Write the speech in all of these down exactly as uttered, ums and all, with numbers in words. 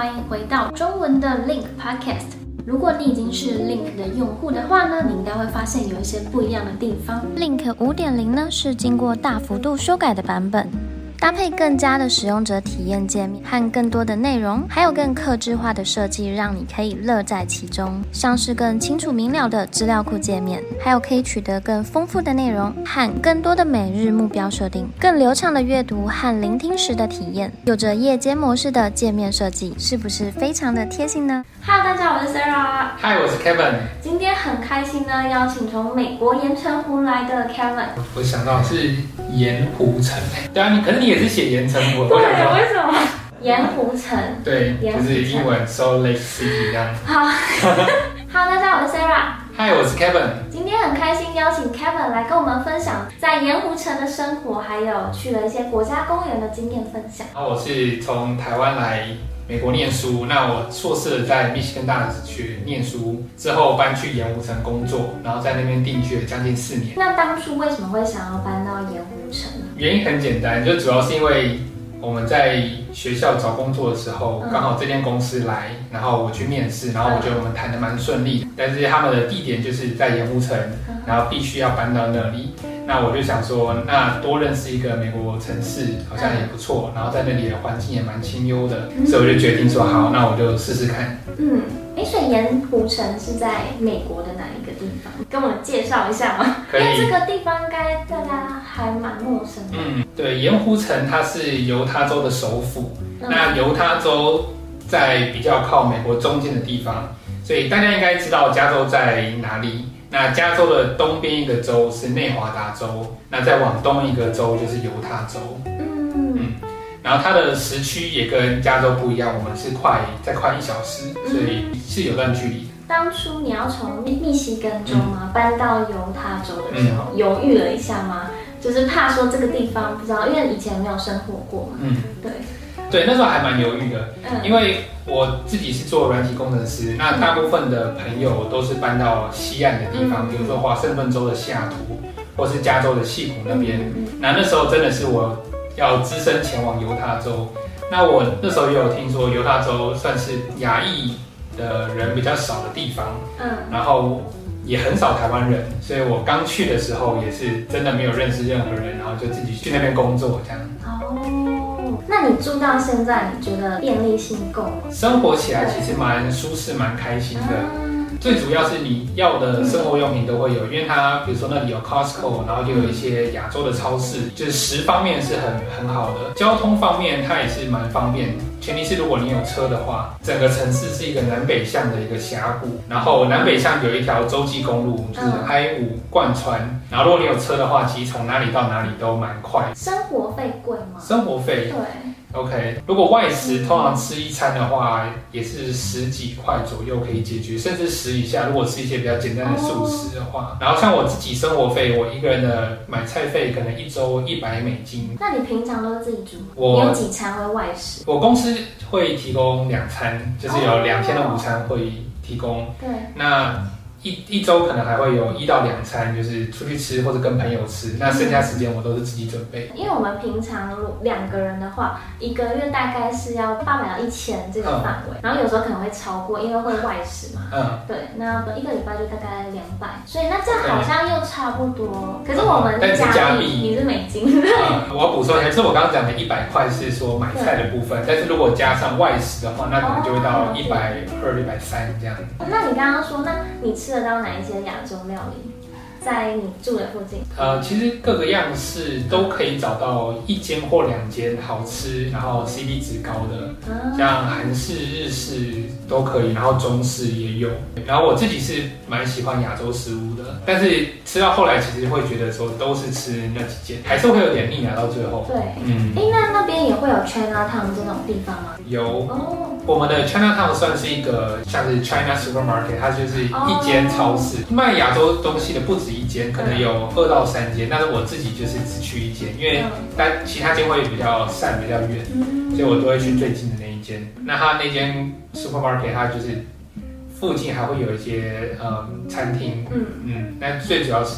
欢迎回到中文的 Link Podcast。如果你已经是 Link 的用户的话呢，你应该会发现有一些不一样的地方。Link 五点零 呢是经过大幅度修改的版本，搭配更加的使用者体验界面和更多的内容，还有更客制化的设计，让你可以乐在其中。像是更清楚明了的资料库界面，还有可以取得更丰富的内容和更多的每日目标设定，更流畅的阅读和聆听时的体验，有着夜间模式的界面设计，是不是非常的贴心呢？ Hello， 大家好，我是 Sarah。 嗨，我是 Kevin。 今天很开心呢，邀请从美国盐城湖来的 Kevin。 我想到是盐湖城，对啊，你可是你也是写盐城湖， 对，为什么？盐湖城。 对，就是英文 Salt Lake City 这样。 好，好，大家好，我是 Sarah。 嗨，我是 Kevin。 今天很开心邀请 Kevin 来跟我们分享在盐湖城的生活，还有去了一些国家公园的经验分享。 然后我是从台湾来美国念书，那我硕士在密西根大学念书，之后搬去盐湖城工作，然后在那边定居了将近四年。 那当初为什么会想要搬到盐湖城呢？ 原因很简单，就主要是因为我们在学校找工作的时候，刚好这间公司来，然后我去面试，然后我觉得我们谈得蛮顺利，但是他们的地点就是在盐湖城，然后必须要搬到那里。那我就想说，那多认识一个美国城市好像也不错，然后在那里的环境也蛮清幽的，所以我就决定说好，那我就试试看。 嗯，哎，所以盐湖城是在美国的哪一个地方？跟我们介绍一下吗？ 可以。 因为这个地方应该大家还蛮陌生的。 嗯，对，盐湖城它是犹他州的首府，嗯、那犹他州在比较靠美国中间的地方，所以大家应该知道加州在哪里。那加州的东边一个州是内华达州，那再往东一个州就是犹他州。嗯嗯，然后它的时区也跟加州不一样，我们是快再快一小时，所以是有段距离的。 当初你要从密西根州吗、嗯、搬到犹他州的时候，嗯、犹豫了一下吗？就是怕说这个地方不知道，因为以前没有生活过嘛。嗯，对。对， 那时候还蛮犹豫的，嗯、因为我自己是做软体工程师，那大部分的朋友都是搬到西岸的地方，嗯、比如说华盛顿州的西雅图，或是加州的矽谷那边。嗯、那那时候真的是我要只身前往犹他州。那我那时候也有听说，犹他州算是亚裔的人比较少的地方，嗯，然后也很少台湾人，所以我刚去的时候也是真的没有认识任何人，然后就自己去那边工作这样。 哦，那你住到现在，你觉得便利性够吗？ 生活起来其实蛮舒适、蛮开心的。嗯、最主要是你要的生活用品都会有，因为它比如说那里有 Costco， 然后就有一些亚洲的超市，就是食方面是很很好的。交通方面它也是蛮方便，前提是如果你有车的话，整个城市是一个南北向的一个峡谷，然后南北向有一条洲际公路，就是 I 五贯穿。然后如果你有车的话，其实从哪里到哪里都蛮快。 生活费贵吗？ 生活费对。 OK， 如果外食通常吃一餐的话，也是十几块左右可以解决，甚至十以下。如果吃一些比较简单的素食的话， oh. 然后像我自己生活费，我一个人的买菜费可能一周一百美金。那你平常都是自己煮？我你有几餐会外食？ 我公司会提供两餐，就是有两天的午餐会提供。对、oh. ，那。一一周可能还会有一到两餐，就是出去吃或者跟朋友吃。那剩下时间我都是自己准备。 因为我们平常两个人的话，一个月大概是要八百到一千这个范围，嗯、然后有时候可能会超过，因为会外食嘛。嗯。对，那一个礼拜就大概两百，所以那这样好像又差不多。可是我们是加币，你是美金。 嗯，我要补充一下，就是我刚刚讲的一百块是说买菜的部分，但是如果加上外食的话，那可能就会到一百二、一百三这样。 那你刚刚说，那你吃得到哪一些亚洲料理？在你住的附近？ 呃，其实各个样式都可以找到一间或两间好吃，然后 C P 值高的，嗯、像韩式、日式都可以，然后中式也有。然后我自己是蛮喜欢亚洲食物的，但是吃到后来其实会觉得说都是吃那几间，还是会有点腻啊，到最后。 对，嗯，哎，那那边也会有 Chinatown 这种地方吗？ 有。哦。我们的 Chinatown 算是一个像是 China Supermarket， 它就是一间超市，哦、卖亚洲东西的不止一间，可能有二到三间，但是我自己就是只去一间，因为但其他间会比较散比较远，嗯、所以我都会去最近的那一间。那它那间 Supermarket 它就是附近还会有一些嗯餐厅，嗯嗯，但最主要是以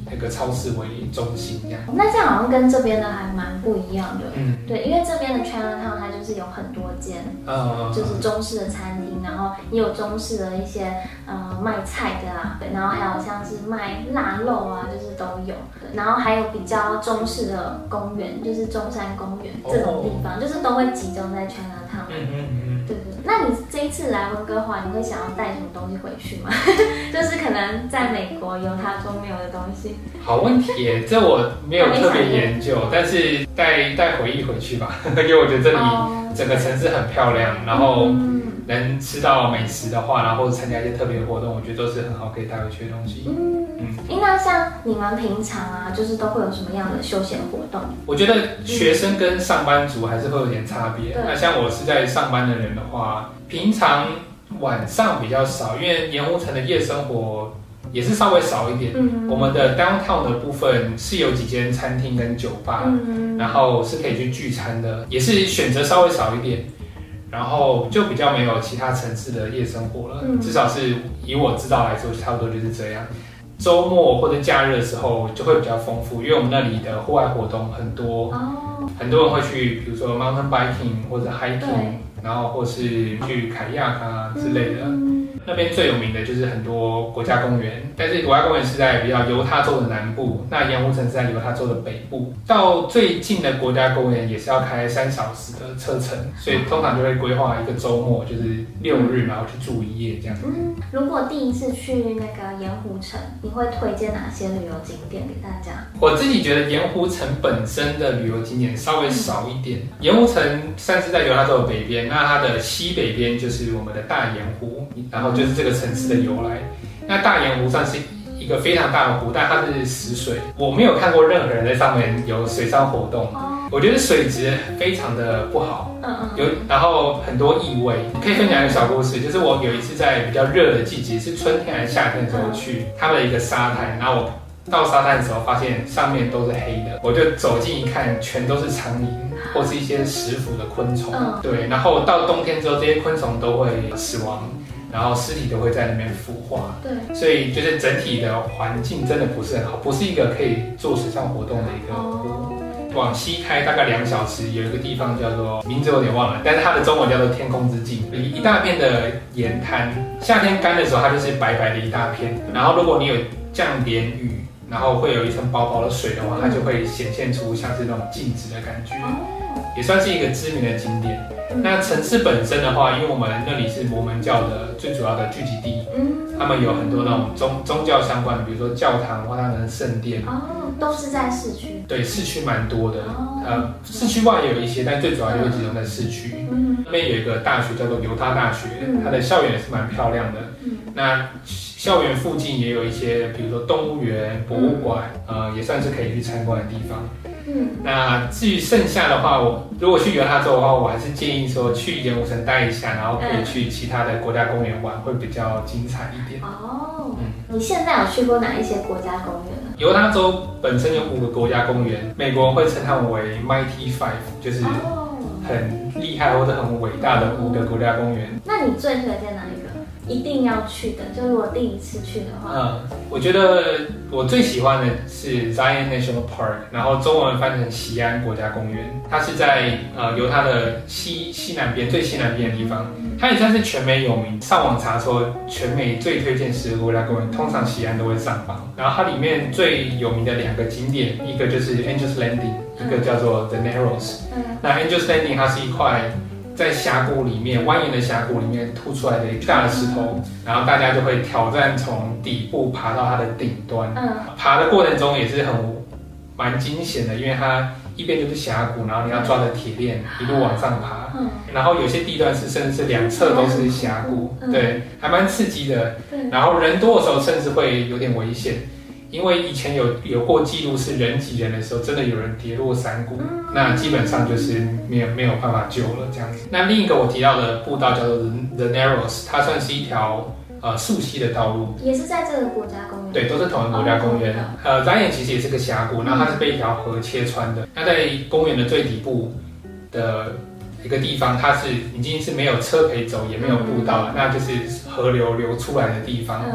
那个超市为中心这样。 那这样好像跟这边的还蛮不一样的。 嗯， 对，因为这边的 Chinatown 它就是有很多间，呃，就是中式的餐厅，然后也有中式的一些呃卖菜的啊，对，然后还有像是卖腊肉啊，就是都有。然后还有比较中式的公园，就是中山公园这种地方，哦、就是都会集中在 Chinatown。 嗯嗯嗯。 对对。那你这一次来温哥华，你会想要带什么东西回去吗？就是可能在美国犹他州没有的东西。 好问题耶，这我没有特别研究，但是带带回忆回去吧，因为我觉得这里整个城市很漂亮，然后能吃到美食的话，然后参加一些特别的活动，我觉得都是很好可以带回去的东西。 嗯嗯。那像你们平常啊，就是都会有什么样的休闲活动？ 我觉得学生跟上班族还是会有点差别。嗯、那像我是在上班的人的话，平常晚上比较少，因为盐湖城的夜生活也是稍微少一点。嗯、我们的 downtown 的部分是有几间餐厅跟酒吧，嗯、然后是可以去聚餐的，也是选择稍微少一点。然后就比较没有其他城市的夜生活了，嗯、至少是以我知道来说，差不多就是这样。周末或者假日的时候就会比较丰富，因为我们那里的户外活动很多，哦、很多人会去，比如说 mountain biking 或者 hiking， 然后或是去凯亚啊之类的。嗯、那边最有名的就是很多国家公园，但是国家公园是在比较犹他州的南部，那盐湖城是在犹他州的北部。到最近的国家公园也是要开三小时的车程，所以通常就会规划一个周末，就是六日，然后去住一夜这样子。 嗯，如果第一次去那个盐湖城，你会推荐哪些旅游景点给大家？ 我自己觉得盐湖城本身的旅游景点稍微少一点。盐湖城算是在犹他州的北边，那它的西北边就是我们的大盐湖，然后就是这个城市的由来。那大盐湖算是一个非常大的湖，但它是死水，我没有看过任何人在上面有水上活动。我觉得水质非常的不好，有然后很多异味。可以分享一个小故事，就是我有一次在比较热的季节，是春天还是夏天的时候去他们的一个沙滩，然后我到沙滩的时候发现上面都是黑的，我就走近一看，全都是苍蝇或是一些食腐的昆虫。对，然后到冬天之后，这些昆虫都会死亡。然后尸体都会在那边腐化，对，所以就是整体的环境真的不是很好，不是一个可以做水上活动的一个湖。哦、往西开大概两小时，有一个地方叫做名字有点忘了，但是它的中文叫做天空之镜，一一大片的盐滩，夏天干的时候它就是白白的一大片，然后如果你有降点雨，然后会有一层薄薄的水的话，它就会显现出像是那种静止的感觉，也算是一个知名的景点。那城市本身的话，因为我们那里是摩门教的最主要的聚集地，嗯，他们有很多那种宗宗教相关的，比如说教堂或他们的圣殿， 哦，都是在市区。 对，市区蛮多的，哦、呃，市区外也有一些，但最主要就会集中在市区。嗯，那边有一个大学叫做犹他大学，嗯、它的校园也是蛮漂亮的。嗯，那校园附近也有一些，比如说动物园、博物馆，嗯、呃，也算是可以去参观的地方。嗯，那至于剩下的话，我如果去犹他州的话，我还是建议说去盐湖城待一下，然后可以去其他的国家公园玩，会比较精彩一点。 哦，嗯，你现在有去过哪一些国家公园呢？ 犹他州本身有五个国家公园，美国人会称它们为 Mighty Five， 就是很厉害或者很伟大的五个国家公园。 那你最推荐哪一个？一定要去的，就如果第一次去的话， 嗯，我觉得我最喜欢的是 Zion National Park， 然后中文翻成锡安国家公园，它是在呃犹他的西西南边最西南边的地方，它也算是全美有名。上网查说全美最推荐十个国家公园，通常锡安都会上榜。然后它里面最有名的两个景点，一个就是 Angel's Landing， 一个叫做 The Narrows。嗯，那 Angel's Landing 它是一块在峡谷里面蜿蜒的峡谷里面凸出来的巨大的石头，然后大家就会挑战从底部爬到它的顶端。嗯，爬的过程中也是很蛮惊险的，因为它一边就是峡谷，然后你要抓着铁链一路往上爬。嗯，然后有些地段是甚至是两侧都是峡谷，嗯、对，还蛮刺激的。然后人多的时候甚至会有点危险。因为以前有有过记录是人挤人的时候，真的有人跌落山谷，嗯、那基本上就是没有没有办法救了这样子。那另一个我提到的步道叫做 The Narrows， 它算是一条呃溯溪的道路， 也是在这个国家公园。 对，都是同一个国家公园。哦、呃，Zion其实也是个峡谷，然后它是被一条河切穿的。那在公园的最底部的一个地方，它是已经是没有车可以走，也没有步道了，嗯、那就是河流流出来的地方。嗯，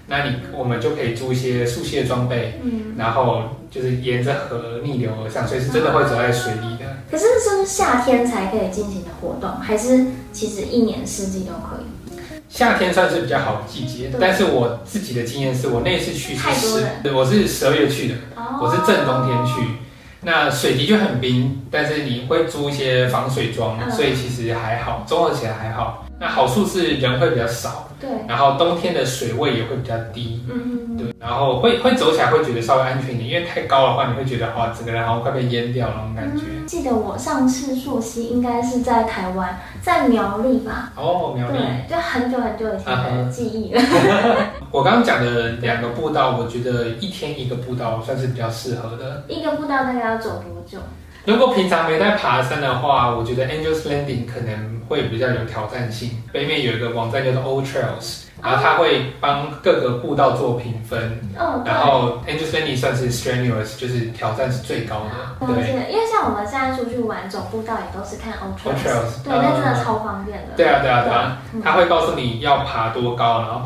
那你我们就可以租一些溯溪的装备，嗯，然后就是沿着河逆流而上，所以是真的会走在水里的。啊、 可是是不是夏天才可以进行的活动，还是其实一年四季都可以？ 夏天算是比较好的季节，但是我自己的经验是我那次去是十，我是十二月去的，哦、我是正冬天去。那水的确很冰，但是你会租一些防水装，嗯、所以其实还好，综合起来还好。那好处是人会比较少， 对， 然后冬天的水位也会比较低，嗯，对，然后会会走起来会觉得稍微安全一点，因为太高的话，你会觉得哇，整个人好像快被淹掉那种感觉。 嗯、记得我上次溯溪应该是在台湾，在苗栗吧？ 哦，苗栗， 对，就很久很久以前的记忆了。 我刚刚讲的两个步道，我觉得一天一个步道算是比较适合的。 一个步道大概要走多久？ 如果平常没在爬山的话，我觉得 Angel's Landing 可能会比较有挑战性。北面有一个网站叫做 All Trails， 然后它会帮各个步道做评分。哦。然后 Angel's Landing 算是 strenuous， 就是挑战是最高的。 对。因为像我们现在出去玩走步道也都是看 All Trails， 对，那真的超方便的。 对啊，对啊，对啊，它会告诉你要爬多高，然后